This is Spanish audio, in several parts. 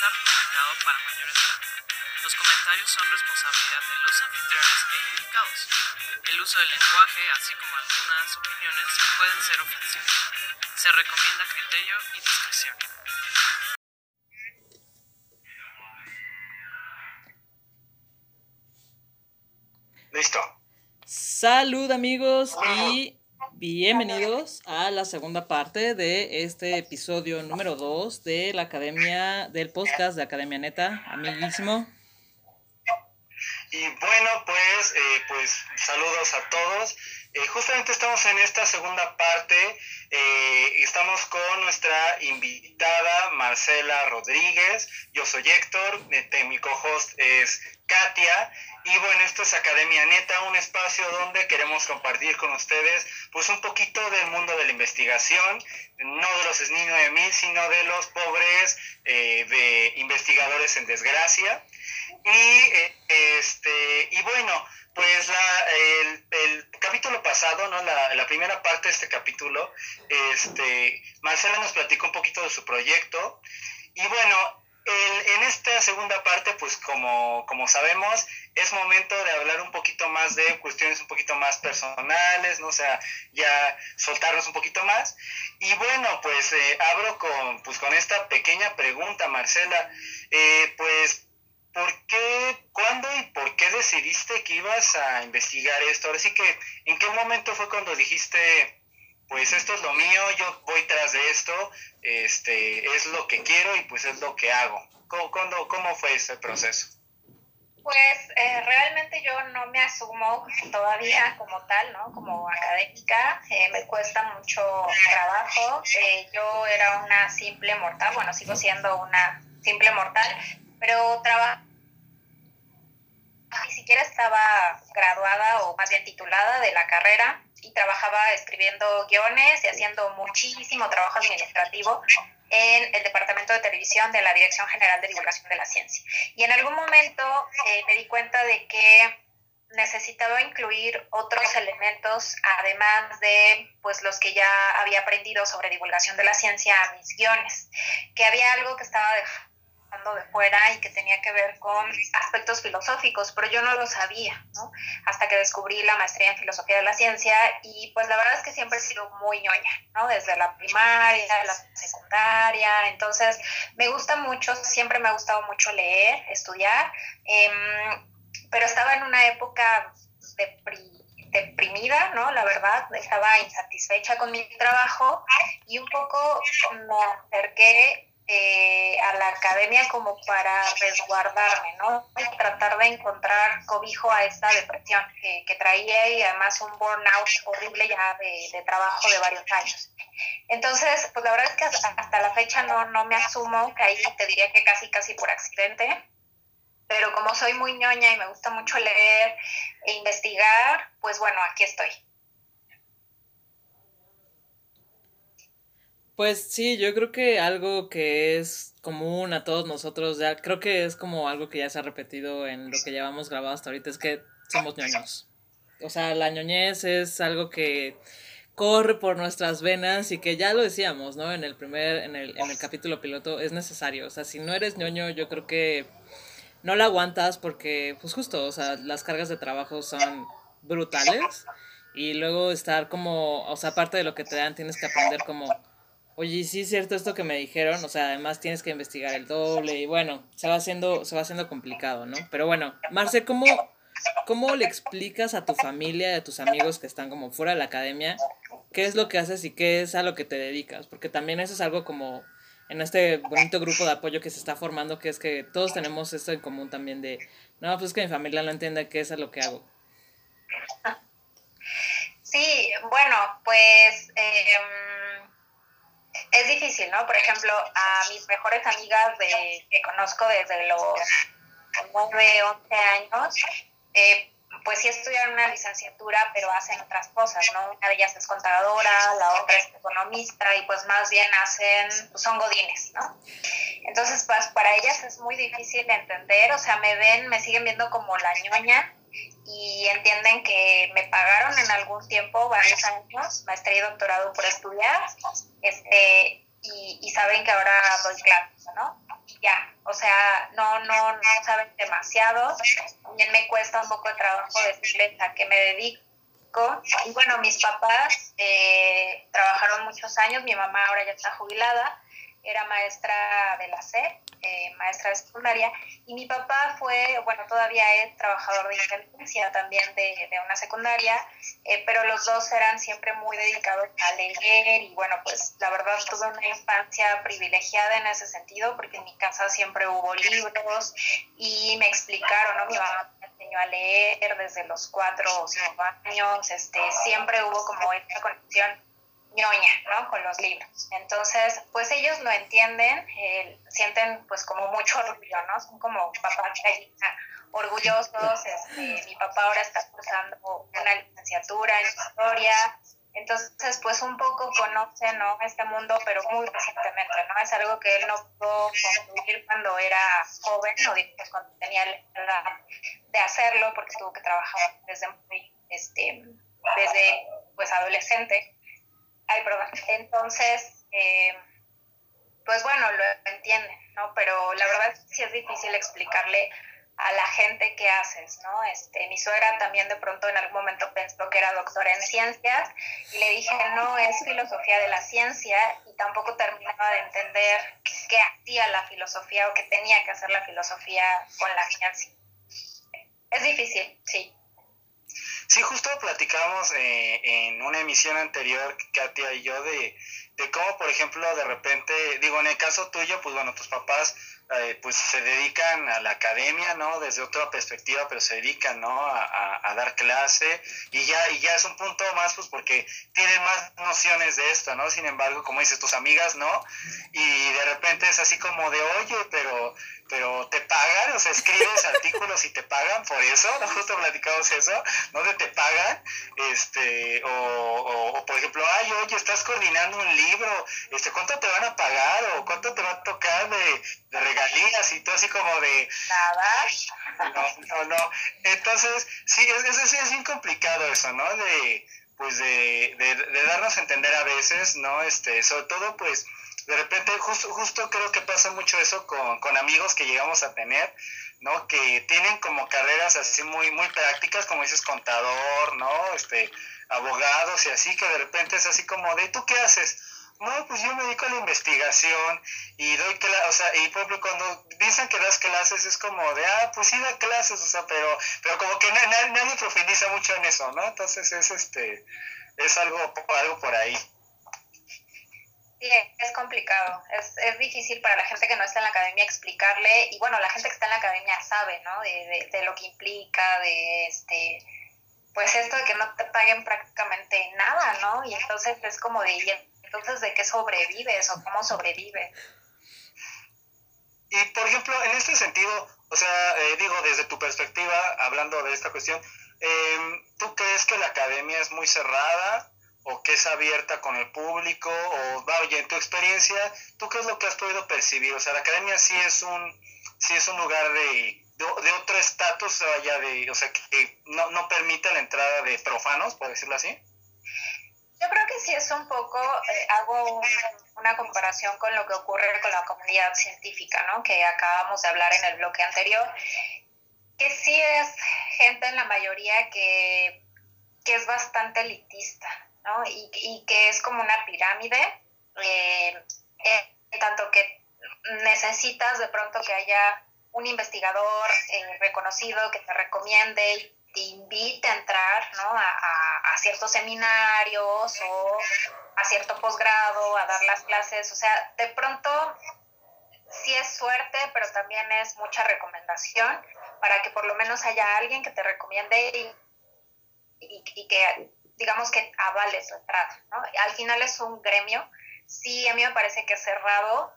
está recomendado para mayores de edad. Los comentarios son responsabilidad de los anfitriones e indicados. El uso del lenguaje, así como algunas opiniones, pueden ser ofensivos. Se recomienda criterio y discreción. Listo. Salud amigos y bienvenidos a la segunda parte de este episodio número 2 de la Academia, del podcast de Academia Neta, amiguísimo. Y bueno, pues saludos a todos. Justamente estamos en esta segunda parte. Estamos con nuestra invitada Marcela Rodríguez. Yo soy Héctor, mi co-host es Katia. Y bueno, esto es Academia Neta, un espacio donde queremos compartir con ustedes pues un poquito del mundo de la investigación, no de los SNI 9000, sino de los pobres de investigadores en desgracia. Y bueno, pues el capítulo pasado, ¿no? La primera parte de este capítulo, Marcela nos platicó un poquito de su proyecto. Y bueno, en esta segunda parte, pues como sabemos, es momento de hablar un poquito más de cuestiones un poquito más personales, ¿no? O sea, ya soltarnos un poquito más. Y bueno, pues abro con esta pequeña pregunta, Marcela. Pues, ¿por qué, cuándo y por qué decidiste que ibas a investigar esto? Ahora sí que, ¿en qué momento fue cuando dijiste, pues esto es lo mío, yo voy tras de esto, es lo que quiero y pues es lo que hago? ¿Cómo fue ese proceso? Pues realmente yo no me asumo todavía como tal, ¿no? Como académica, me cuesta mucho trabajo. Yo era una simple mortal, bueno, sigo siendo una simple mortal, pero ni siquiera estaba graduada o más bien titulada de la carrera y trabajaba escribiendo guiones y haciendo muchísimo trabajo administrativo en el Departamento de Televisión de la Dirección General de Divulgación de la Ciencia. Y en algún momento me di cuenta de que necesitaba incluir otros elementos, además de pues, los que ya había aprendido sobre divulgación de la ciencia a mis guiones, que había algo que estaba dejando de fuera y que tenía que ver con aspectos filosóficos, pero yo no lo sabía, ¿no? Hasta que descubrí la maestría en filosofía de la ciencia y pues la verdad es que siempre he sido muy ñoña, ¿no? Desde la primaria, la secundaria, entonces me gusta mucho, siempre me ha gustado mucho leer, estudiar, pero estaba en una época deprimida, ¿no? La verdad, estaba insatisfecha con mi trabajo y un poco me acerqué a la academia como para resguardarme, ¿no? Y tratar de encontrar cobijo a esta depresión que traía y además un burnout horrible ya de trabajo de varios años. Entonces, pues la verdad es que hasta la fecha no me asumo, que ahí te diría que casi por accidente, pero como soy muy ñoña y me gusta mucho leer e investigar, pues bueno, aquí estoy. Pues sí, yo creo que algo que es común a todos nosotros, ya creo que es como algo que ya se ha repetido en lo que llevamos grabado hasta ahorita, es que somos ñoños. O sea, la ñoñez es algo que corre por nuestras venas y que ya lo decíamos, ¿no? En el capítulo piloto, es necesario. O sea, si no eres ñoño, yo creo que no la aguantas porque, pues justo, o sea, las cargas de trabajo son brutales y luego estar como, o sea, aparte de lo que te dan, tienes que aprender como, oye, sí es cierto esto que me dijeron, o sea, además tienes que investigar el doble y bueno, se va haciendo complicado, ¿no? Pero bueno, Marce, ¿cómo le explicas a tu familia y a tus amigos que están como fuera de la academia qué es lo que haces y qué es a lo que te dedicas? Porque también eso es algo como en este bonito grupo de apoyo que se está formando, que es que todos tenemos esto en común también de, no, pues es que mi familia no entiende qué es a lo que hago. Sí, bueno, pues es difícil, ¿no? Por ejemplo, a mis mejores amigas que conozco desde los 9, 11 años, pues sí estudian una licenciatura, pero hacen otras cosas, ¿no? Una de ellas es contadora, la otra es economista y pues más bien son godines, ¿no? Entonces, pues para ellas es muy difícil de entender, o sea, me siguen viendo como la ñoña y entienden que me pagaron en algún tiempo, varios años, maestría y doctorado por estudiar, y saben que ahora doy clases, ¿no? y ya, o sea, no saben demasiado. También me cuesta un poco de trabajo decirles a qué me dedico. Y bueno, mis papás trabajaron muchos años, mi mamá ahora ya está jubilada, era maestra de la SEP, maestra de secundaria, y mi papá fue, bueno, todavía es trabajador de inteligencia también de una secundaria, pero los dos eran siempre muy dedicados a leer y bueno, pues la verdad tuve una infancia privilegiada en ese sentido porque en mi casa siempre hubo libros y me explicaron, ¿no? Mi mamá me enseñó a leer desde los 4 o 5 años, siempre hubo como esta conexión ñoña, ¿no? Con los libros. Entonces, pues ellos lo entienden, sienten pues como mucho orgullo, ¿no? Son como papás orgullosos. Mi papá ahora está cursando una licenciatura en historia, entonces pues un poco conoce, ¿no? Este mundo, pero muy recientemente, ¿no? Es algo que él no pudo concluir cuando era joven, o digamos cuando tenía la edad de hacerlo, porque tuvo que trabajar desde muy, desde pues adolescente. Ay, perdón. Entonces, pues bueno, lo entienden, ¿no? Pero la verdad es que sí es difícil explicarle a la gente qué haces, ¿no? Mi suegra también de pronto en algún momento pensó que era doctora en ciencias y le dije, no, es filosofía de la ciencia, y tampoco terminaba de entender qué hacía la filosofía o qué tenía que hacer la filosofía con la ciencia. Es difícil, sí. Sí, justo platicábamos en una emisión anterior, Katia y yo, de cómo, por ejemplo, de repente, digo, en el caso tuyo, pues bueno, tus papás pues se dedican a la academia, ¿no? Desde otra perspectiva, pero se dedican, ¿no? A dar clase, y ya es un punto más, pues porque tienen más nociones de esto, ¿no? Sin embargo, como dices, tus amigas, ¿no? Y de repente es así como de, oye, pero te pagan, o sea, escribes artículos y te pagan por eso, ¿no? Justo platicamos eso, ¿dónde te pagan? O por ejemplo, ay, oye, estás coordinando un libro, ¿cuánto te van a pagar? ¿O cuánto te va a tocar de regalías? Y todo así como de... Nada. No. Entonces, sí, es bien complicado eso, ¿no? Pues de darnos a entender a veces, ¿no? Sobre todo, pues, de repente, justo creo que pasa mucho eso con amigos que llegamos a tener, ¿no? Que tienen como carreras así muy prácticas, como dices, contador, ¿no? Abogados y así, que de repente es así como de, ¿tú qué haces? No, pues yo me dedico a la investigación y doy clases, o sea, y por ejemplo cuando dicen que das clases es como de, pues sí da clases, o sea, pero como que nadie profundiza mucho en eso, ¿no? Entonces es algo por ahí. Sí, es complicado, es difícil para la gente que no está en la academia explicarle, y bueno, la gente que está en la academia sabe, ¿no? De lo que implica, pues esto de que no te paguen prácticamente nada, ¿no? Y entonces es como de, ¿y entonces de qué sobrevives o cómo sobrevives? Y por ejemplo, en este sentido, o sea, digo, desde tu perspectiva, hablando de esta cuestión, ¿tú crees que la academia es muy cerrada o que es abierta con el público? O, vaya, en tu experiencia, ¿tú qué es lo que has podido percibir? O sea, la academia sí es un lugar de otro estatus, vaya, o sea, que no permite la entrada de profanos, por decirlo así. Yo creo que sí es un poco, hago una comparación con lo que ocurre con la comunidad científica, ¿no? Que acabamos de hablar en el bloque anterior, que sí es gente en la mayoría que es bastante elitista, ¿no? Y que es como una pirámide, tanto que necesitas de pronto que haya un investigador reconocido que te recomiende y te invite a entrar, ¿no? A ciertos seminarios o a cierto posgrado, a dar las clases. O sea, de pronto sí es suerte, pero también es mucha recomendación para que por lo menos haya alguien que te recomiende y que digamos que avale tu entrada, ¿no? Al final es un gremio, sí, a mí me parece que es cerrado,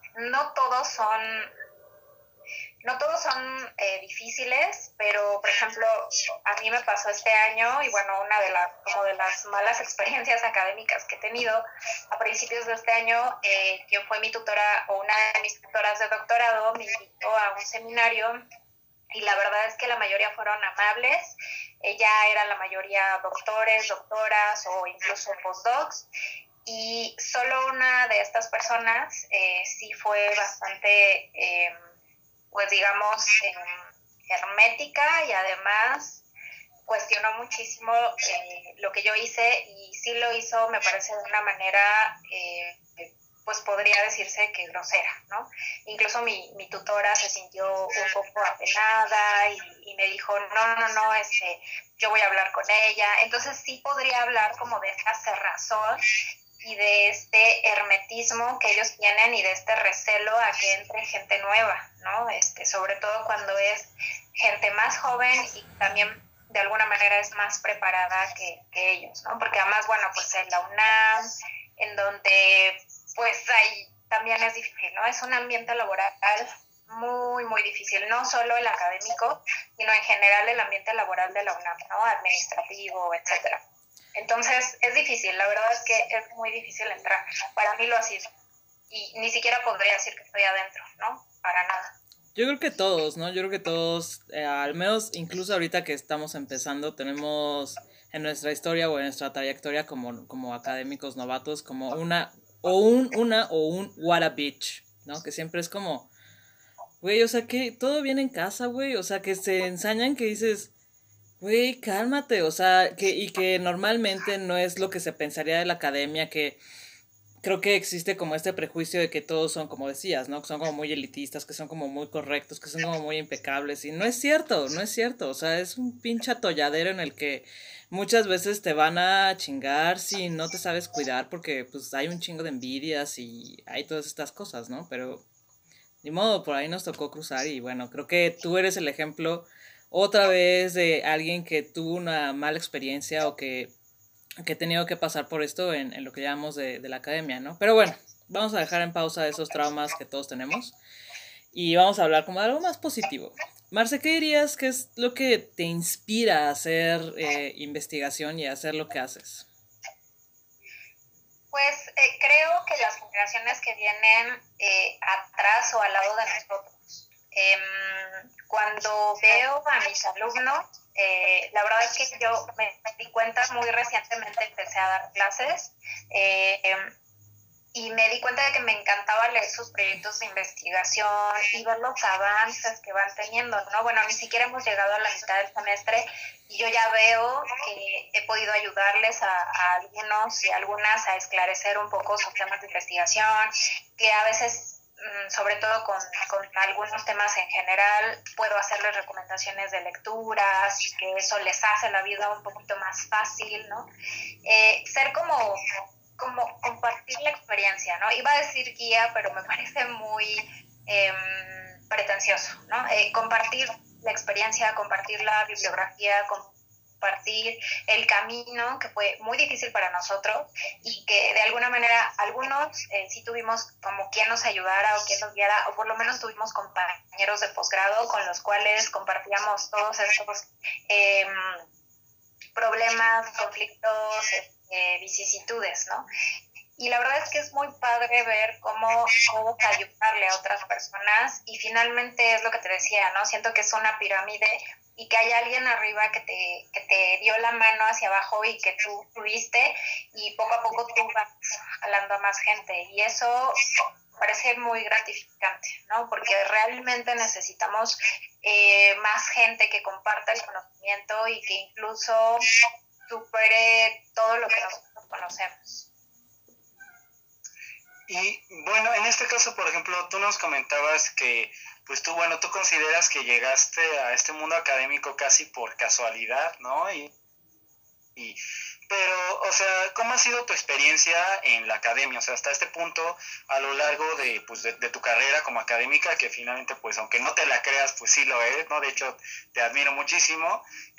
no todos son difíciles, pero por ejemplo, a mí me pasó este año, y bueno, una como de las malas experiencias académicas que he tenido a principios de este año, quien fue mi tutora o una de mis tutoras de doctorado me invitó a un seminario, y la verdad es que la mayoría fueron amables, ya eran la mayoría doctores, doctoras o incluso postdocs, y solo una de estas personas sí fue bastante, pues digamos, hermética, y además cuestionó muchísimo lo que yo hice, y sí lo hizo, me parece, de una manera, pues podría decirse que grosera, ¿no? Incluso mi tutora se sintió un poco apenada y me dijo, no, yo voy a hablar con ella. Entonces sí podría hablar como de esta cerrazón y de este hermetismo que ellos tienen y de este recelo a que entre gente nueva, ¿no? Sobre todo cuando es gente más joven y también de alguna manera es más preparada que ellos, ¿no? Porque además, bueno, pues en la UNAM, en donde pues ahí también es difícil, ¿no? Es un ambiente laboral muy, muy difícil, no solo el académico, sino en general el ambiente laboral de la UNAM, ¿no? Administrativo, etcétera. Entonces es difícil, la verdad es que es muy difícil entrar. Para mí lo ha sido. Y ni siquiera podría decir que estoy adentro, ¿no? Para nada. Yo creo que todos, ¿no? Yo creo que todos, al menos incluso ahorita que estamos empezando, tenemos en nuestra historia o en nuestra trayectoria como académicos novatos, como un what a bitch, ¿no? Que siempre es como, güey, o sea, que todo viene en casa, güey, o sea, que se ensañan que dices, güey, cálmate, o sea, y que normalmente no es lo que se pensaría de la academia, que creo que existe como este prejuicio de que todos son, como decías, ¿no? Que son como muy elitistas, que son como muy correctos, que son como muy impecables. Y no es cierto, no es cierto. O sea, es un pinche atolladero en el que muchas veces te van a chingar si no te sabes cuidar porque pues hay un chingo de envidias y hay todas estas cosas, ¿no? Pero ni modo, por ahí nos tocó cruzar y bueno, creo que tú eres el ejemplo otra vez de alguien que tuvo una mala experiencia o que he tenido que pasar por esto en lo que llamamos de la academia, ¿no? Pero bueno, vamos a dejar en pausa esos traumas que todos tenemos y vamos a hablar como de algo más positivo. Marce, ¿qué dirías que es lo que te inspira a hacer investigación y a hacer lo que haces? Pues creo que las generaciones que vienen atrás o al lado de nosotros, cuando veo a mis alumnos, la verdad es que yo me di cuenta muy recientemente, empecé a dar clases, y me di cuenta de que me encantaba leer sus proyectos de investigación y ver los avances que van teniendo, ¿no? Bueno, ni siquiera hemos llegado a la mitad del semestre y yo ya veo que he podido ayudarles a algunos y algunas a esclarecer un poco sus temas de investigación, que a veces, sobre todo con algunos temas en general, puedo hacerles recomendaciones de lecturas y que eso les hace la vida un poquito más fácil, ¿no? Ser como compartir la experiencia, ¿no? Iba a decir guía, pero me parece muy pretencioso, ¿no? Compartir la experiencia, compartir la bibliografía, compartir el camino, que fue muy difícil para nosotros y que de alguna manera algunos sí tuvimos como quien nos ayudara o quien nos guiara, o por lo menos tuvimos compañeros de posgrado con los cuales compartíamos todos estos problemas, conflictos, vicisitudes, ¿no? Y la verdad es que es muy padre ver cómo ayudarle a otras personas, y finalmente es lo que te decía, ¿no? Siento que es una pirámide y que hay alguien arriba que te dio la mano hacia abajo y que tú tuviste, y poco a poco tú vas jalando a más gente, y eso parece muy gratificante, ¿no? Porque realmente necesitamos más gente que comparta el conocimiento y que incluso supere todo lo que nosotros conocemos. Y bueno, en este caso, por ejemplo, tú nos comentabas que, pues tú, bueno, tú consideras que llegaste a este mundo académico casi por casualidad, ¿no? Pero, o sea, ¿cómo ha sido tu experiencia en la academia? O sea, hasta este punto, a lo largo de, pues, de tu carrera como académica, que finalmente, pues, aunque no te la creas, pues sí lo es, ¿no? De hecho, te admiro muchísimo.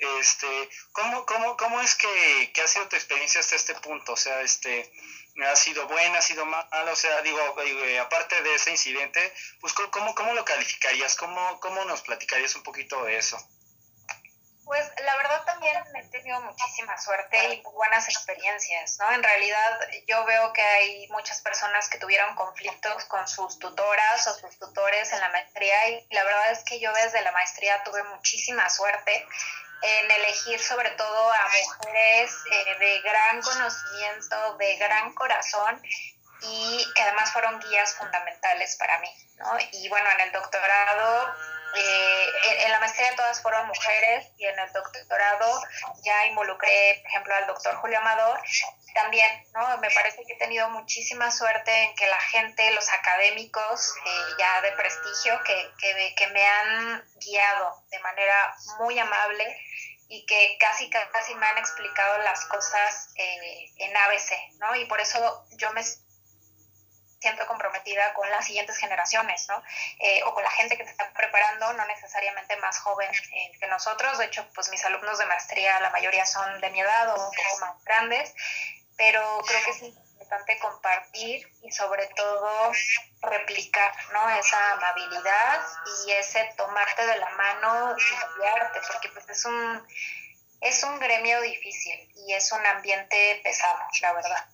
¿Cómo es que ha sido tu experiencia hasta este punto? O sea, ¿ha sido buena, ha sido mala? O sea, digo, aparte de ese incidente, pues, ¿cómo lo calificarías? ¿Cómo nos platicarías un poquito de eso? Pues la verdad también he tenido muchísima suerte y muy buenas experiencias, ¿no? En realidad yo veo que hay muchas personas que tuvieron conflictos con sus tutoras o sus tutores en la maestría, y la verdad es que yo desde la maestría tuve muchísima suerte en elegir sobre todo a mujeres de gran conocimiento, de gran corazón y que además fueron guías fundamentales para mí, ¿no? Y bueno, en el doctorado, en la maestría todas fueron mujeres y en el doctorado ya involucré, por ejemplo, al doctor Julio Amador, también, ¿no? Me parece que he tenido muchísima suerte en que la gente, los académicos ya de prestigio, que me han guiado de manera muy amable y que casi me han explicado las cosas en ABC, ¿no? Y por eso yo me siento comprometida con las siguientes generaciones, ¿no? O con la gente que se está preparando, no necesariamente más joven que nosotros. De hecho, pues mis alumnos de maestría, la mayoría son de mi edad o un poco más grandes, pero creo que es importante compartir y sobre todo replicar, ¿no? Esa amabilidad y ese tomarte de la mano y guiarte, porque pues es un gremio difícil y es un ambiente pesado, la verdad.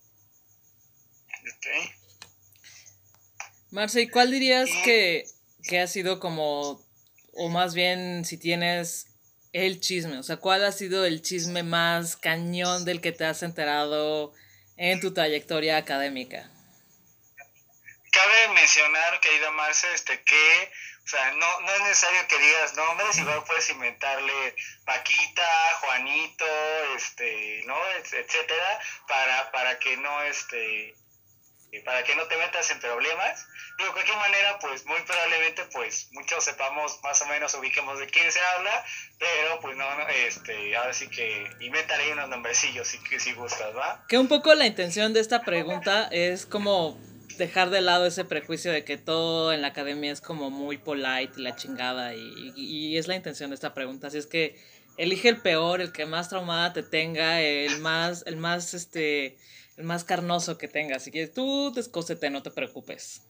Okay. Marce, ¿y cuál dirías que ha sido como, o más bien si tienes el chisme, o sea, cuál ha sido el chisme más cañón del que te has enterado en tu trayectoria académica? Cabe mencionar, querida Marce, que, o sea, no es necesario que digas nombres, igual puedes inventarle Paquita, Juanito, ¿no? Etcétera, para que no, para que no te metas en problemas. Digo, de cualquier manera, pues muy probablemente, pues muchos sepamos, más o menos ubiquemos de quién se habla, pero pues no, ahora sí que invéntale ahí unos nombrecillos si gustas, ¿va? Que un poco la intención de esta pregunta es como dejar de lado ese prejuicio de que todo en la academia es como muy polite y la chingada y es la intención de esta pregunta. Así es que elige el peor, el que más traumada te tenga, el más carnoso que tengas. Si quieres, tú descósete, no te preocupes.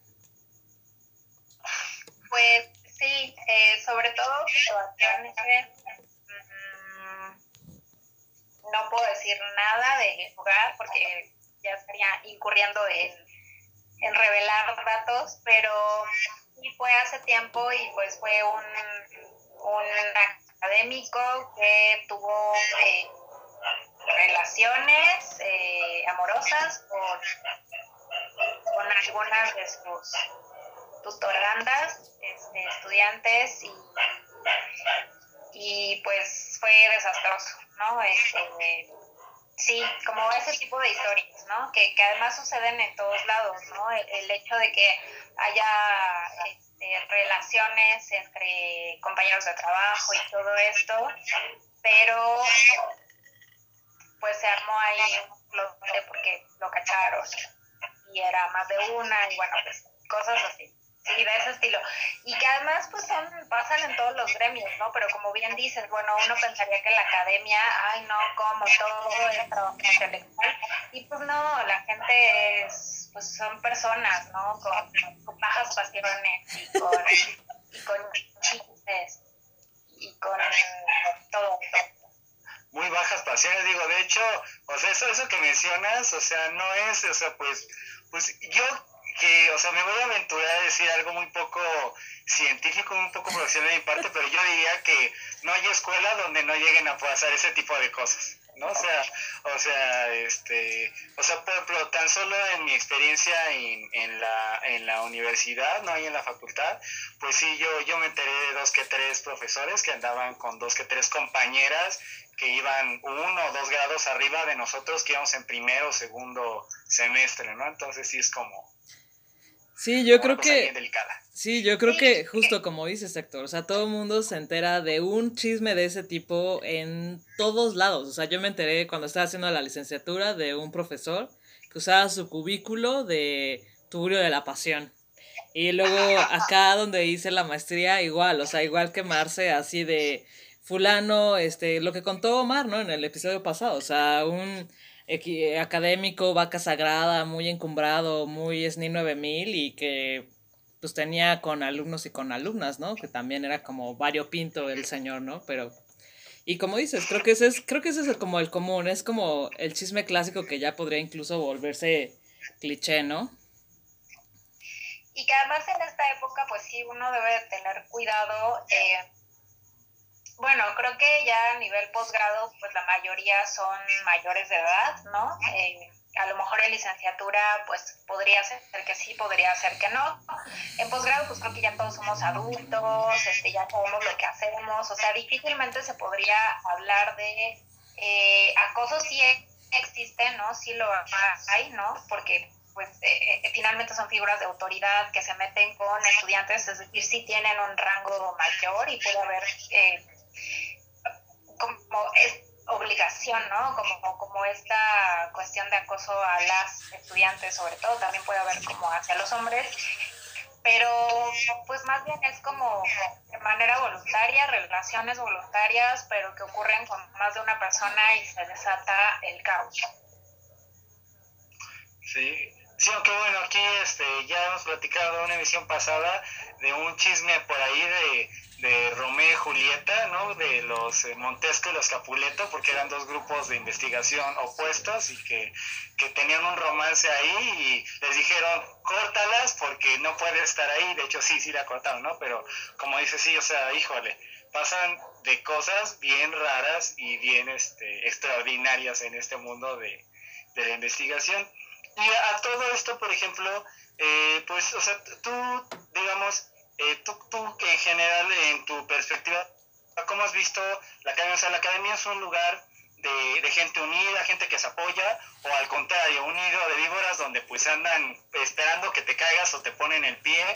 Pues sí, sobre todo situaciones, no puedo decir nada de hogar porque ya estaría incurriendo en revelar datos, pero sí fue hace tiempo y pues fue un académico que tuvo relaciones amorosas con algunas de sus tutorandas, estudiantes y pues fue desastroso, ¿no? Sí, como ese tipo de historias, ¿no? Que además suceden en todos lados, ¿no? El hecho de que haya relaciones entre compañeros de trabajo y todo esto, pero pues se armó ahí un closet porque lo cacharon y era más de una y bueno, pues cosas así. Sí, de ese estilo. Y que además pues pasan en todos los gremios, ¿no? Pero como bien dices, bueno, uno pensaría que la academia, ay no, como todo es trabajo intelectual. Y pues no, la gente pues son personas, ¿no? Con bajas pasiones y con chistes y con todo. Muy bajas pasiones, digo, de hecho, o sea, eso que mencionas, o sea, no es, o sea, pues yo que, o sea, me voy a aventurar a decir algo muy poco científico, un poco profesional de mi parte, pero yo diría que no hay escuela donde no lleguen a pasar ese tipo de cosas, ¿no? O sea, por ejemplo, tan solo en mi experiencia en la universidad, no y en la facultad, pues sí, yo me enteré de 2 que 3 profesores que andaban con 2 que 3 compañeras que iban 1 o 2 grados arriba de nosotros que íbamos en primero o segundo semestre, ¿no? Entonces sí es como Sí, yo creo una cosa bien que delicada. sí, yo creo que justo como dices, Héctor, o sea, todo el mundo se entera de un chisme de ese tipo en todos lados. O sea, yo me enteré cuando estaba haciendo la licenciatura de un profesor que usaba su cubículo de Tugurio de la Pasión. Y luego acá donde hice la maestría, igual, o sea, igual que Marce, así de fulano, lo que contó Omar, ¿no? En el episodio pasado, o sea, un académico, vaca sagrada, muy encumbrado, muy SNI 9000 y que pues tenía con alumnos y con alumnas, ¿no? Que también era como variopinto el señor, ¿no? Pero y como dices, creo que ese es como el común, es como el chisme clásico que ya podría incluso volverse cliché, ¿no? Y que además en esta época, pues sí, uno debe tener cuidado Bueno, creo que ya a nivel posgrado, pues la mayoría son mayores de edad, ¿no? A lo mejor en licenciatura, pues podría ser que sí, podría ser que no. En posgrado, pues creo que ya todos somos adultos, ya sabemos lo que hacemos, o sea, difícilmente se podría hablar de acoso, sí existe, ¿no? Sí lo hay, ¿no? Porque pues finalmente son figuras de autoridad que se meten con estudiantes, es decir, sí tienen un rango mayor y puede haber como es obligación, ¿no? Como esta cuestión de acoso a las estudiantes, sobre todo, también puede haber como hacia los hombres, pero pues más bien es como de manera voluntaria, relaciones voluntarias, pero que ocurren con más de una persona y se desata el caos. Sí, sí, aunque bueno, aquí ya hemos platicado en una emisión pasada de un chisme por ahí de Romeo y Julieta, ¿no? De los Montesco y los Capuleto, porque eran dos grupos de investigación opuestos y que tenían un romance ahí y les dijeron, córtalas porque no puede estar ahí. De hecho, sí la cortaron, ¿no? Pero como dice, sí, o sea, híjole, pasan de cosas bien raras y bien extraordinarias en este mundo de la investigación. Y a todo esto, por ejemplo, pues, o sea, tú, digamos, tú que en general, en tu perspectiva, ¿cómo has visto la academia? O sea, la academia es un lugar de gente unida, gente que se apoya, o al contrario, un nido de víboras donde pues andan esperando que te caigas o te ponen el pie,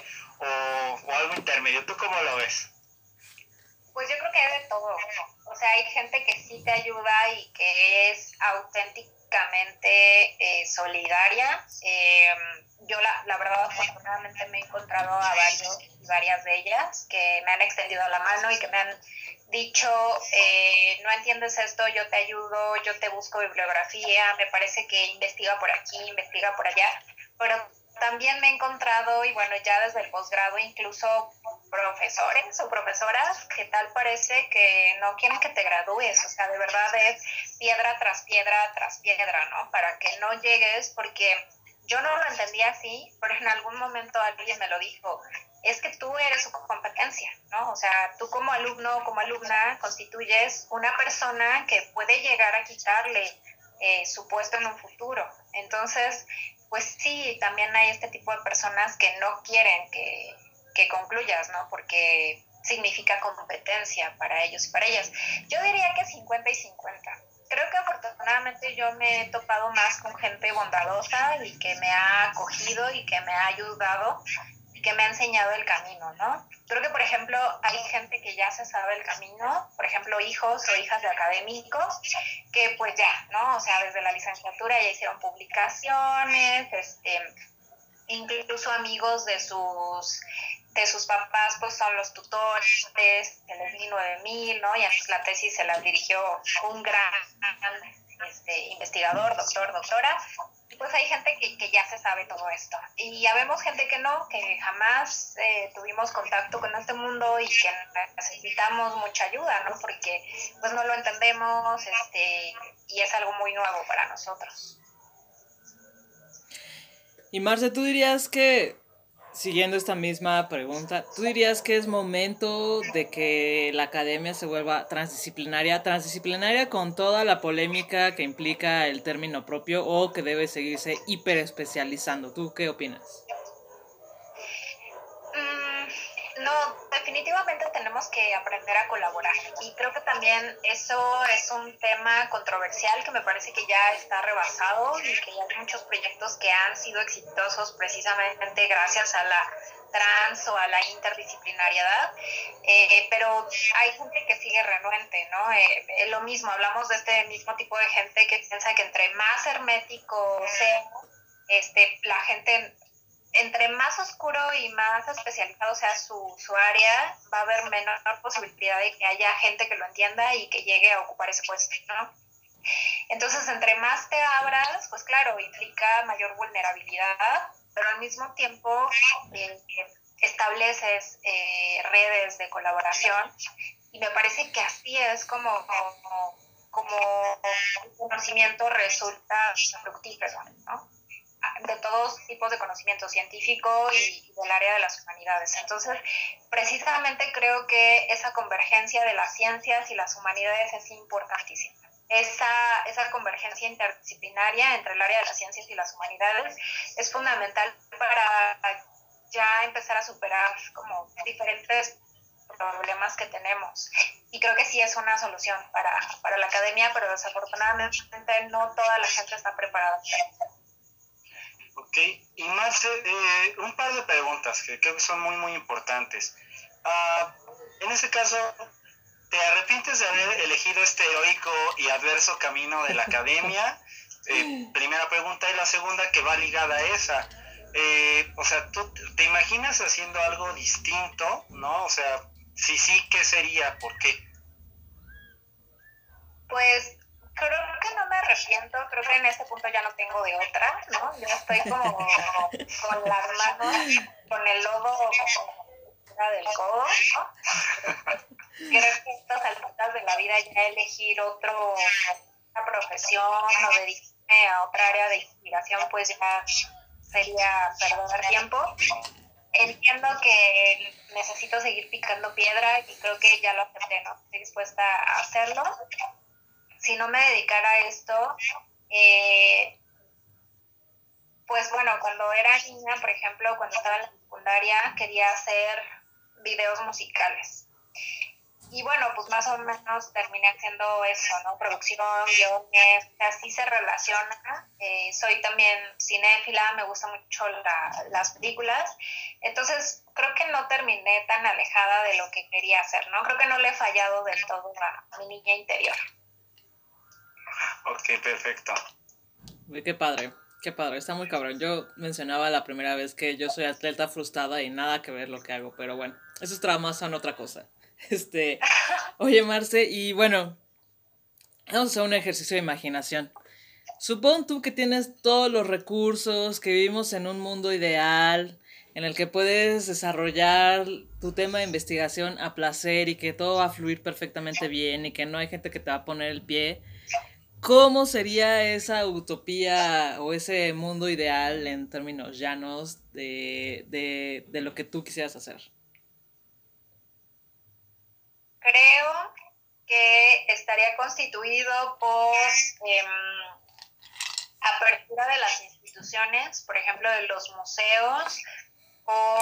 o algo intermedio. ¿Tú cómo lo ves? Pues yo creo que hay de todo. O sea, hay gente que sí te ayuda y que es auténticamente solidaria. Yo la verdad afortunadamente me he encontrado a varios y varias de ellas que me han extendido la mano y que me han dicho, no entiendes esto, yo te ayudo, yo te busco bibliografía, me parece que investiga por aquí, investiga por allá, pero también me he encontrado, y bueno, ya desde el posgrado, incluso profesores o profesoras que tal parece que no quieren que te gradúes, o sea, de verdad es piedra tras piedra tras piedra, ¿no? Para que no llegues, porque yo no lo entendía así, pero en algún momento alguien me lo dijo, es que tú eres su competencia, ¿no? O sea, tú como alumno o como alumna constituyes una persona que puede llegar a quitarle su puesto en un futuro. Entonces, pues sí, también hay este tipo de personas que no quieren que concluyas, ¿no? Porque significa competencia para ellos y para ellas. Yo diría que 50 y 50. Creo que afortunadamente yo me he topado más con gente bondadosa y que me ha acogido y que me ha ayudado y que me ha enseñado el camino, ¿no? Creo que, por ejemplo, hay gente que ya se sabe el camino, por ejemplo, hijos o hijas de académicos, que pues ya, ¿no? O sea, desde la licenciatura ya hicieron publicaciones, incluso amigos de sus papás pues son los tutores, el ESMI 9000, ¿no? Y antes la tesis se la dirigió un gran investigador, doctor, doctora. Y pues hay gente que ya se sabe todo esto. Y ya vemos gente que no, que jamás tuvimos contacto con este mundo y que necesitamos mucha ayuda, ¿no? Porque pues no lo entendemos y es algo muy nuevo para nosotros. Y Marce, ¿tú dirías que, siguiendo esta misma pregunta, tú dirías que es momento de que la academia se vuelva transdisciplinaria con toda la polémica que implica el término propio o que debe seguirse hiperespecializando? ¿Tú qué opinas? No, definitivamente tenemos que aprender a colaborar y creo que también eso es un tema controversial que me parece que ya está rebasado y que ya hay muchos proyectos que han sido exitosos precisamente gracias a la trans o a la interdisciplinariedad, pero hay gente que sigue renuente, ¿no? Lo mismo, hablamos de este mismo tipo de gente que piensa que entre más hermético sea, la gente entre más oscuro y más especializado sea su área, va a haber menor posibilidad de que haya gente que lo entienda y que llegue a ocupar ese puesto, ¿no? Entonces, entre más te abras, pues claro, implica mayor vulnerabilidad, pero al mismo tiempo estableces redes de colaboración y me parece que así es como el conocimiento resulta fructífero, ¿no? de todos tipos de conocimiento científico y del área de las humanidades. Entonces, precisamente creo que esa convergencia de las ciencias y las humanidades es importantísima. Esa convergencia interdisciplinaria entre el área de las ciencias y las humanidades es fundamental para ya empezar a superar como diferentes problemas que tenemos. Y creo que sí es una solución para la academia, pero desafortunadamente no toda la gente está preparada. Ok, y Marce, un par de preguntas que creo que son muy, muy importantes. En este caso, ¿te arrepientes de haber elegido este heroico y adverso camino de la academia? Primera pregunta. Y la segunda, que va ligada a esa. O sea, ¿tú te imaginas haciendo algo distinto, no? O sea, si sí, ¿qué sería? ¿Por qué? Pues creo que no me arrepiento, creo que en este punto ya no tengo de otra, ¿no? Yo estoy como con las manos, con el lodo fuera del codo, ¿no? Creo que a estas alturas de la vida ya elegir otra profesión o dedicarme a otra área de investigación, pues ya sería perder tiempo. Entiendo que necesito seguir picando piedra y creo que ya lo acepté, ¿no? Estoy dispuesta a hacerlo. Si no me dedicara a esto, pues bueno, cuando era niña, por ejemplo, cuando estaba en la secundaria, quería hacer videos musicales. Y bueno, pues más o menos terminé haciendo eso, ¿no? Producción, guiones, así se relaciona. Soy también cinéfila, me gustan mucho las películas. Entonces, creo que no terminé tan alejada de lo que quería hacer, ¿no? Creo que no le he fallado del todo a mi niña interior. Ok, perfecto. Uy, qué padre, está muy cabrón. Yo mencionaba la primera vez que yo soy atleta frustrada y nada que ver lo que hago, pero bueno, esos traumas son otra cosa. Oye Marce, y bueno, vamos a hacer un ejercicio de imaginación. Supón tú que tienes todos los recursos, que vivimos en un mundo ideal, en el que puedes desarrollar tu tema de investigación a placer y que todo va a fluir perfectamente bien y que no hay gente que te va a poner el pie. ¿Cómo sería esa utopía o ese mundo ideal en términos llanos de lo que tú quisieras hacer? Creo que estaría constituido por apertura de las instituciones, por ejemplo, de los museos o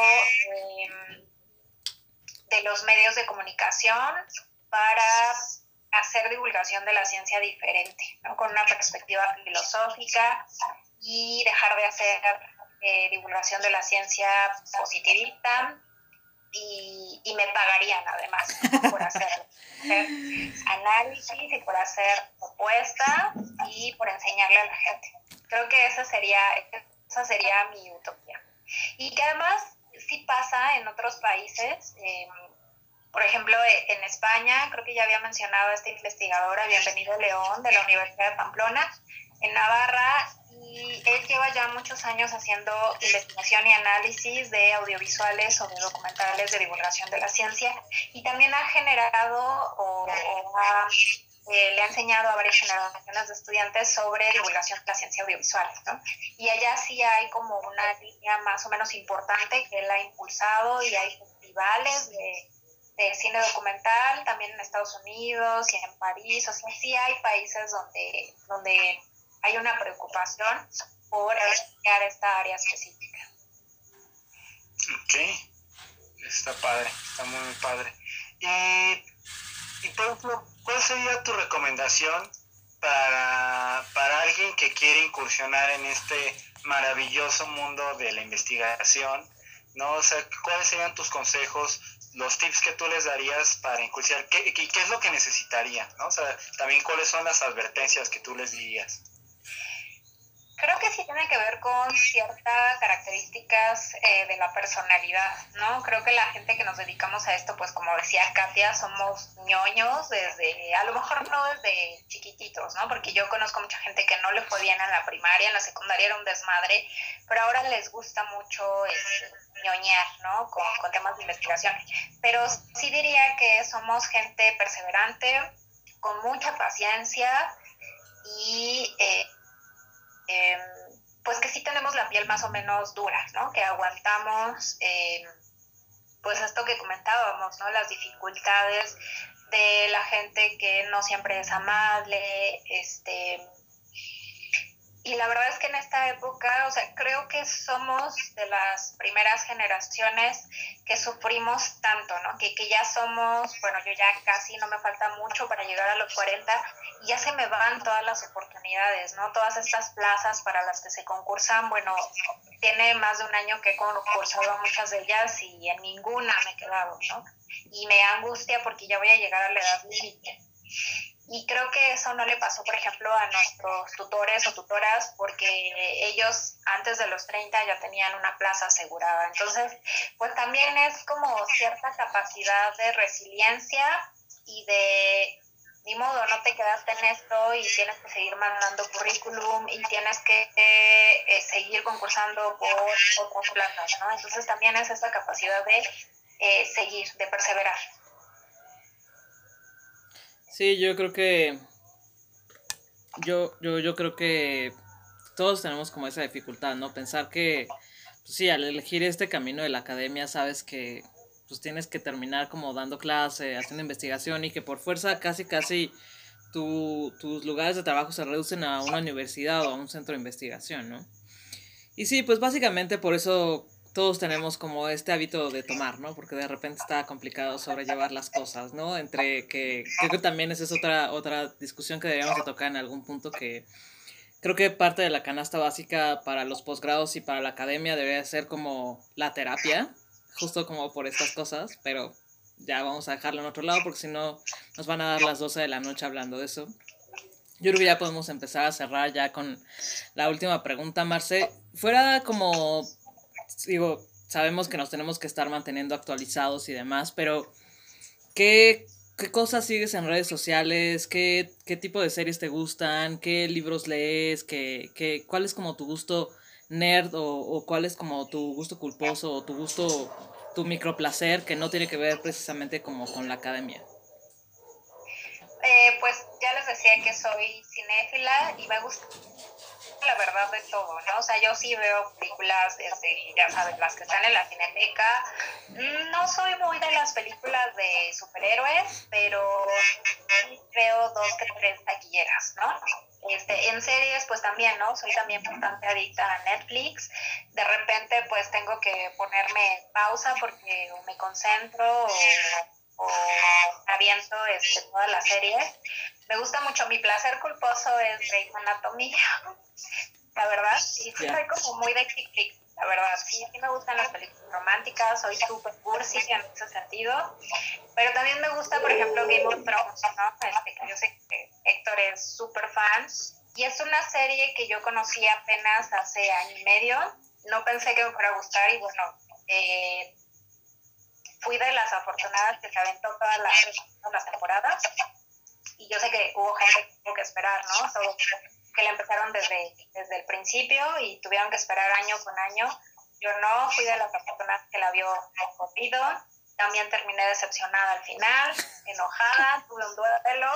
de los medios de comunicación para hacer divulgación de la ciencia diferente, ¿no? Con una perspectiva filosófica y dejar de hacer divulgación de la ciencia positivista y me pagarían además, ¿no? Por hacer análisis y por hacer propuestas y por enseñarle a la gente. Creo que esa sería mi utopía. Y que además sí pasa en otros países. Por ejemplo, en España, creo que ya había mencionado a esta investigadora, Bienvenido León, de la Universidad de Pamplona, en Navarra, y él lleva ya muchos años haciendo investigación y análisis de audiovisuales o de documentales de divulgación de la ciencia, y también ha generado le ha enseñado a varias generaciones de estudiantes sobre divulgación de la ciencia audiovisual, ¿no? Y allá sí hay como una línea más o menos importante que él ha impulsado y hay festivales de cine documental, también en Estados Unidos y en París, o sea, sí hay países donde hay una preocupación por estudiar esta área específica. Ok, está padre, está muy padre. Y por ejemplo, ¿cuál sería tu recomendación para alguien que quiere incursionar en este maravilloso mundo de la investigación? ¿No? O sea, ¿cuáles serían tus consejos, los tips que tú les darías para incursionar? ¿Qué es lo que necesitarían? ¿No? O sea, también cuáles son las advertencias que tú les dirías. Creo que sí tiene que ver con ciertas características de la personalidad, ¿no? Creo que la gente que nos dedicamos a esto, pues como decía Katia, somos ñoños a lo mejor no desde chiquititos, ¿no? Porque yo conozco mucha gente que no le fue bien en la primaria, en la secundaria era un desmadre, pero ahora les gusta mucho ñoñar, ¿no? Con temas de investigación. Pero sí diría que somos gente perseverante, con mucha paciencia y pues que sí tenemos piel más o menos dura, ¿no? Que aguantamos, pues esto que comentábamos, ¿no? Las dificultades de la gente que no siempre es amable, y la verdad es que en esta época, o sea, creo que somos de las primeras generaciones que sufrimos tanto, ¿no? Que ya somos, bueno, yo ya casi no me falta mucho para llegar a los 40 y ya se me van todas las oportunidades, ¿no? Todas estas plazas para las que se concursan, bueno, tiene más de un año que he concursado a muchas de ellas y en ninguna me he quedado, ¿no? Y me angustia porque ya voy a llegar a la edad límite. Y creo que eso no le pasó, por ejemplo, a nuestros tutores o tutoras, porque ellos antes de los 30 ya tenían una plaza asegurada. Entonces, pues también es como cierta capacidad de resiliencia y de, ni modo, no te quedaste en esto y tienes que seguir mandando currículum y tienes que seguir concursando por otras plazas, ¿no? Entonces también es esa capacidad de seguir, de perseverar. Sí, yo creo que yo creo que todos tenemos como esa dificultad, ¿no? Pensar que, pues sí, al elegir este camino de la academia, sabes que pues tienes que terminar como dando clase, haciendo investigación y que por fuerza casi tus lugares de trabajo se reducen a una universidad o a un centro de investigación, ¿no? Y sí, pues básicamente por eso todos tenemos como este hábito de tomar, ¿no? Porque de repente está complicado sobrellevar las cosas, ¿no? Entre que creo que también esa es otra discusión que deberíamos de tocar en algún punto, que creo que parte de la canasta básica para los posgrados y para la academia debería ser como la terapia, justo como por estas cosas, pero ya vamos a dejarlo en otro lado porque si no nos van a dar las 12 de la noche hablando de eso. Yo creo que ya podemos empezar a cerrar ya con la última pregunta, Marce. Fuera como, digo, sabemos que nos tenemos que estar manteniendo actualizados y demás, pero ¿qué cosas sigues en redes sociales? ¿Qué tipo de series te gustan? ¿Qué libros lees? ¿Cuál es como tu gusto nerd o cuál es como tu gusto culposo o tu microplacer que no tiene que ver precisamente como con la academia? Pues ya les decía que soy cinéfila y me gusta la verdad de todo, ¿no? O sea, yo sí veo películas desde, ya sabes, las que están en la Cineteca. No soy muy de las películas de superhéroes, pero sí veo dos que tres taquilleras, ¿no? En series, pues también, ¿no? Soy también bastante adicta a Netflix. De repente, pues tengo que ponerme en pausa porque o me concentro o aviento toda la serie. Me gusta mucho, mi placer culposo es Grey's Anatomy, la verdad, y sí soy como muy de chick flick, la verdad, sí me gustan las películas románticas, soy súper cursi en ese sentido, pero también me gusta, por ejemplo, Game of Thrones, ¿no? Que yo sé que Héctor es súper fan, y es una serie que yo conocí apenas hace año y medio, no pensé que me fuera a gustar, y bueno, fui de las afortunadas que se aventó todas las temporadas, y yo sé que hubo gente que tuvo que esperar, ¿no? Que la empezaron desde el principio y tuvieron que esperar año con año. Yo no, fui de las personas que la vio corrido. También terminé decepcionada al final, enojada, tuve un duelo.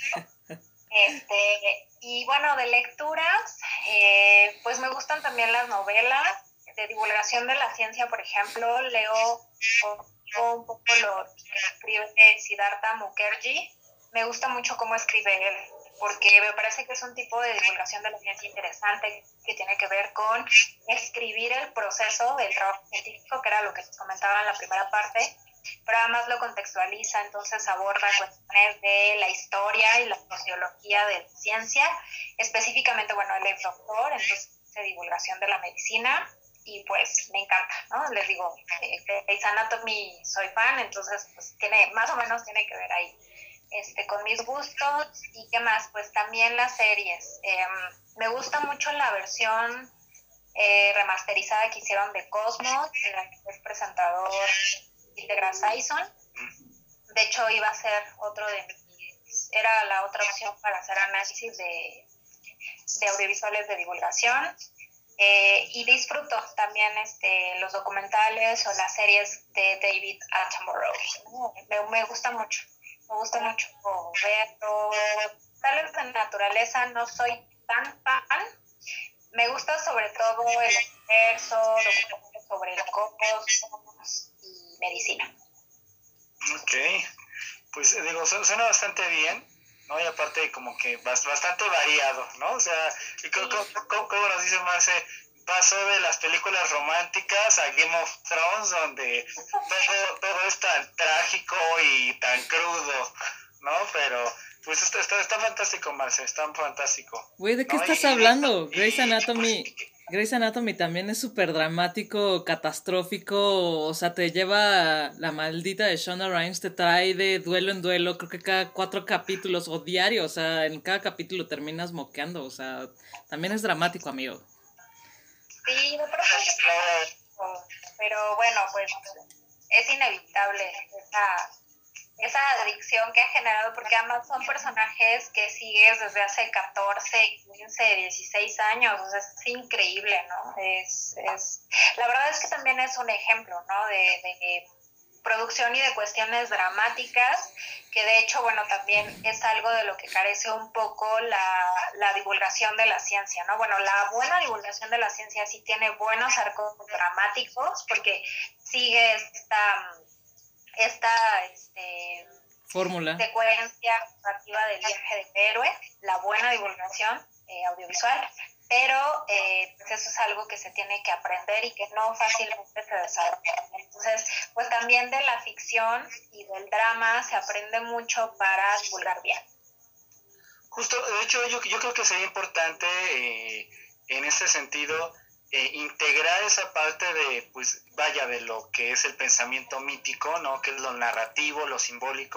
Y bueno, de lecturas, pues me gustan también las novelas de divulgación de la ciencia, por ejemplo. Leo un poco lo que escribe Siddhartha Mukherjee. Me gusta mucho cómo escribe él, porque me parece que es un tipo de divulgación de la ciencia interesante que tiene que ver con escribir el proceso del trabajo científico, que era lo que les comentaba en la primera parte, pero además lo contextualiza, entonces aborda cuestiones de la historia y la sociología de la ciencia, específicamente, bueno, él es doctor, entonces de divulgación de la medicina, y pues me encanta, ¿no? Les digo, Grey's Anatomy soy fan, entonces pues más o menos tiene que ver ahí con mis gustos. ¿Y qué más? Pues también las series. Me gusta mucho la versión remasterizada que hicieron de Cosmos, en la que es presentador Neil deGrasse Tyson. De hecho, iba a ser era la otra opción para hacer análisis de audiovisuales de divulgación. Y disfruto también los documentales o las series de David Attenborough, ¿no? Me gusta mucho verlo. Tal vez de naturaleza no soy tan fan. Me gusta sobre todo el universo, documentales sobre el cosmos y medicina. Ok, pues digo, suena bastante bien, ¿no? Y aparte como que bastante variado, ¿no? O sea, y como nos dice Marce, pasó de las películas románticas a Game of Thrones, donde todo es tan trágico y tan crudo, ¿no? Pero pues está fantástico, Marce, está fantástico. Güey, ¿de qué ¿no? estás hablando? Pues, Grey's Anatomy también es súper dramático, catastrófico, o sea, te lleva la maldita de Shonda Rhimes, te trae de duelo en duelo, creo que cada 4 capítulos o diario, o sea, en cada capítulo terminas moqueando, o sea, también es dramático, amigo. Sí, me parece, pero bueno, pues es inevitable esa adicción que ha generado, porque además son personajes que sigues desde hace 14, 15, 16 años, o sea, es increíble, ¿no? La verdad es que también es un ejemplo, ¿no? De producción y de cuestiones dramáticas, que de hecho, bueno, también es algo de lo que carece un poco la divulgación de la ciencia, ¿no? Bueno, la buena divulgación de la ciencia sí tiene buenos arcos dramáticos, porque sigue esta fórmula, secuencia narrativa del viaje del héroe, la buena divulgación audiovisual, pero pues eso es algo que se tiene que aprender y que no fácilmente se desarrolla. Entonces, pues también de la ficción y del drama se aprende mucho para divulgar bien. Justo, de hecho, yo creo que sería importante en este sentido integrar esa parte de, pues, vaya, de lo que es el pensamiento mítico, ¿no? Que es lo narrativo, lo simbólico,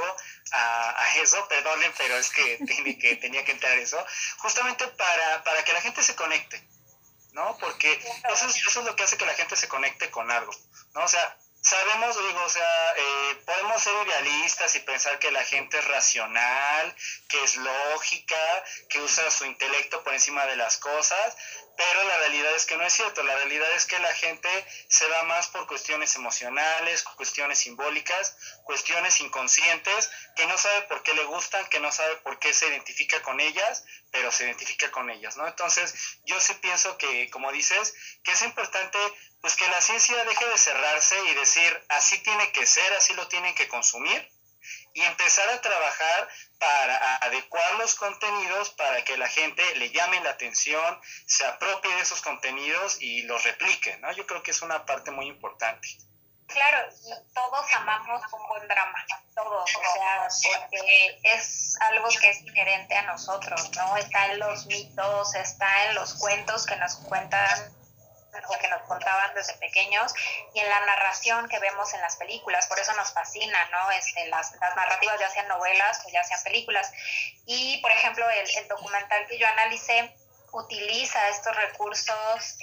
a eso, perdonen, pero es que tenía que entrar eso, justamente para que la gente se conecte, ¿no? Porque eso es lo que hace que la gente se conecte con algo, ¿no? O sea, sabemos, digo, o sea, podemos ser idealistas y pensar que la gente es racional, que es lógica, que usa su intelecto por encima de las cosas, pero la realidad es que no es cierto. La realidad es que la gente se va más por cuestiones emocionales, cuestiones simbólicas, cuestiones inconscientes, que no sabe por qué le gustan, que no sabe por qué se identifica con ellas, pero se identifica con ellas, ¿no? Entonces, yo sí pienso que, como dices, que es importante pues que la ciencia deje de cerrarse y decir así tiene que ser, así lo tienen que consumir, y empezar a trabajar para adecuar los contenidos para que la gente le llame la atención, se apropie de esos contenidos y los replique, ¿no? Yo creo que es una parte muy importante. Claro, y todos amamos un buen drama, todos, o sea, porque es algo que es inherente a nosotros, ¿no? Está en los mitos, está en los cuentos que nos cuentan o que nos contaban desde pequeños y en la narración que vemos en las películas, por eso nos fascina, ¿no? Las narrativas, ya sean novelas o ya sean películas. Y, por ejemplo, el documental que yo analicé utiliza estos recursos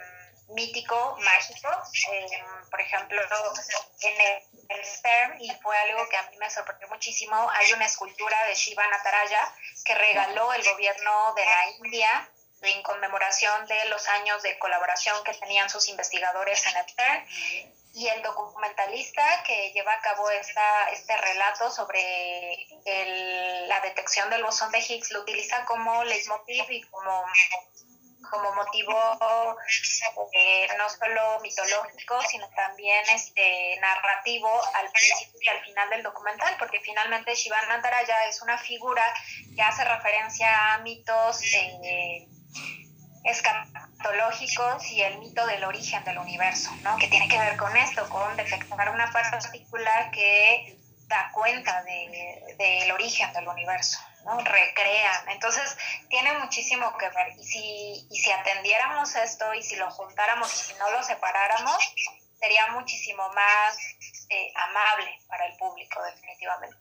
mítico, mágico, por ejemplo, en el CERN, y fue algo que a mí me sorprendió muchísimo, hay una escultura de Shiva Nataraja que regaló el gobierno de la India en conmemoración de los años de colaboración que tenían sus investigadores en el CERN, y el documentalista que lleva a cabo este relato sobre la detección del bosón de Higgs lo utiliza como leitmotiv y como motivo no solo mitológico, sino también narrativo al principio y al final del documental, porque finalmente Shiva Nataraja es una figura que hace referencia a mitos escatológicos y el mito del origen del universo, ¿no? Que tiene que ver con esto, con detectar una partícula que da cuenta del origen del universo, ¿no? Recrean. Entonces, tiene muchísimo que ver. Y si atendiéramos esto y si lo juntáramos y si no lo separáramos, sería muchísimo más amable para el público, definitivamente.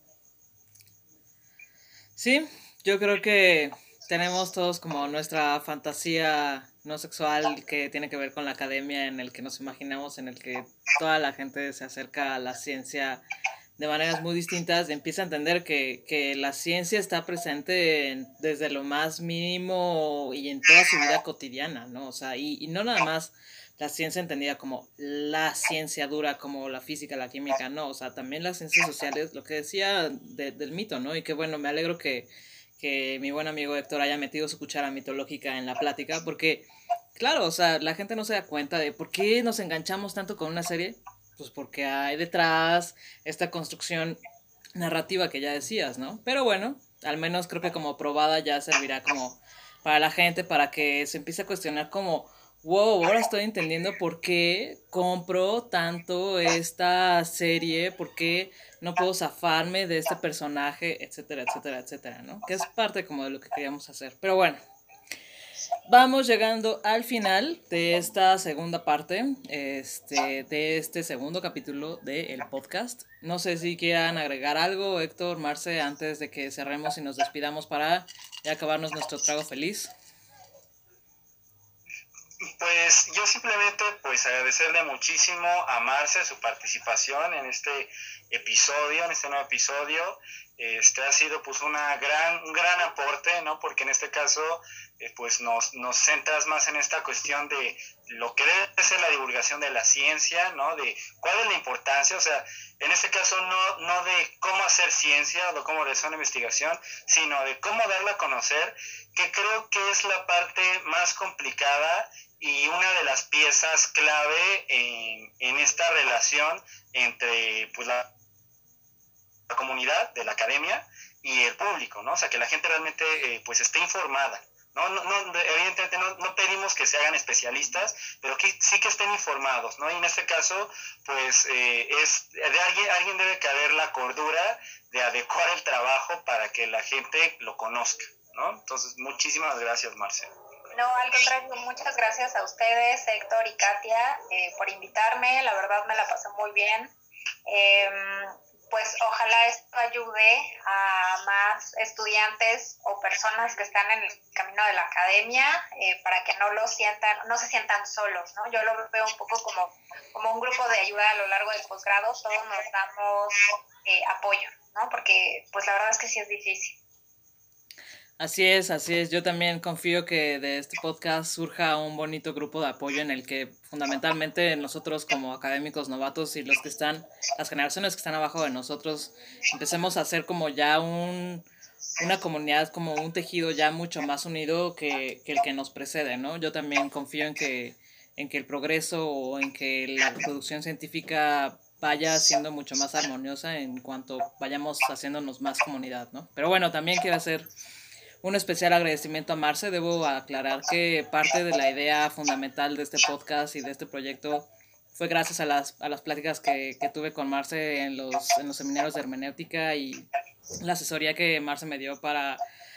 Sí, yo creo que tenemos todos como nuestra fantasía no sexual que tiene que ver con la academia, en el que nos imaginamos, en el que toda la gente se acerca a la ciencia de maneras muy distintas, empieza a entender que la ciencia está presente desde lo más mínimo y en toda su vida cotidiana, ¿no? O sea, y no nada más la ciencia entendida como la ciencia dura, como la física, la química, no, o sea, también las ciencias sociales, lo que decía del mito, ¿no? Y que bueno, me alegro que mi buen amigo Héctor haya metido su cuchara mitológica en la plática, porque claro, o sea, la gente no se da cuenta de por qué nos enganchamos tanto con una serie. Pues porque hay detrás esta construcción narrativa que ya decías, ¿no? Pero bueno, al menos creo que como probada ya servirá como para la gente, para que se empiece a cuestionar como, wow, ahora estoy entendiendo por qué compro tanto esta serie, por qué no puedo zafarme de este personaje, etcétera, etcétera, etcétera, ¿no? Que es parte como de lo que queríamos hacer. Pero bueno, vamos llegando al final de esta segunda parte, de este segundo capítulo del podcast. No sé si quieran agregar algo, Héctor, Marce, antes de que cerremos y nos despidamos para ya acabarnos nuestro trago feliz. Pues yo simplemente pues agradecerle muchísimo a Marce su participación en este episodio, en este nuevo episodio. Ha sido pues un gran aporte, ¿no? Porque en este caso pues nos centras más en esta cuestión de lo que debe ser la divulgación de la ciencia, ¿no? De cuál es la importancia, o sea, en este caso no de cómo hacer ciencia o cómo realizar una investigación, sino de cómo darla a conocer, que creo que es la parte más complicada y una de las piezas clave en esta relación entre pues la comunidad de la academia y el público, ¿no? O sea, que la gente realmente pues esté informada. Evidentemente no pedimos que se hagan especialistas, pero que sí que estén informados, ¿no? Y en este caso, pues es de alguien debe caber la cordura de adecuar el trabajo para que la gente lo conozca, ¿no? Entonces, muchísimas gracias, Marcelo. No, al contrario, muchas gracias a ustedes, Héctor y Katia, por invitarme. La verdad me la pasé muy bien. Pues ojalá esto ayude a más estudiantes o personas que están en el camino de la academia para que no se sientan solos, ¿no? Yo lo veo un poco como un grupo de ayuda a lo largo del posgrado. Todos nos damos apoyo, ¿no? Porque pues la verdad es que sí es difícil. Así es, así es. Yo también confío que de este podcast surja un bonito grupo de apoyo en el que fundamentalmente nosotros como académicos novatos y los que están, las generaciones que están abajo de nosotros, empecemos a hacer como ya una comunidad, como un tejido ya mucho más unido que el que nos precede, ¿no? Yo también confío en que el progreso o en que la producción científica vaya siendo mucho más armoniosa en cuanto vayamos haciéndonos más comunidad, ¿no? Pero bueno, también quiero hacer un especial agradecimiento a Marce. Debo aclarar que parte de la idea fundamental de este podcast y de este proyecto fue gracias a las pláticas que tuve con Marce en los seminarios de hermenéutica y la asesoría que Marce me dio para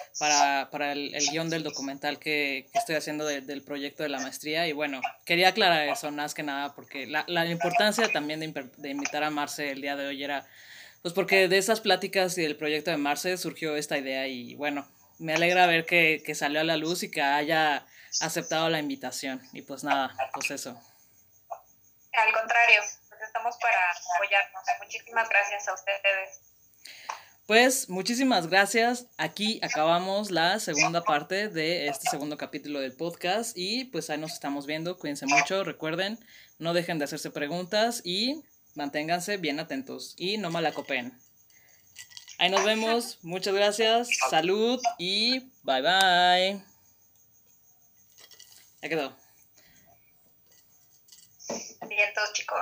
el guión del documental que estoy haciendo del proyecto de la maestría. Y bueno, quería aclarar eso más que nada porque la importancia también de invitar a Marce el día de hoy era pues porque de esas pláticas y del proyecto de Marce surgió esta idea y bueno, me alegra ver que salió a la luz y que haya aceptado la invitación. Y pues nada, pues eso. Al contrario, pues estamos para apoyarnos. Muchísimas gracias a ustedes. Pues muchísimas gracias. Aquí acabamos la segunda parte de este segundo capítulo del podcast y pues ahí nos estamos viendo. Cuídense mucho, recuerden, no dejen de hacerse preguntas y manténganse bien atentos y no malacopeen. Ahí nos vemos, muchas gracias, salud y bye bye. Ya quedó. Vientos, chicos.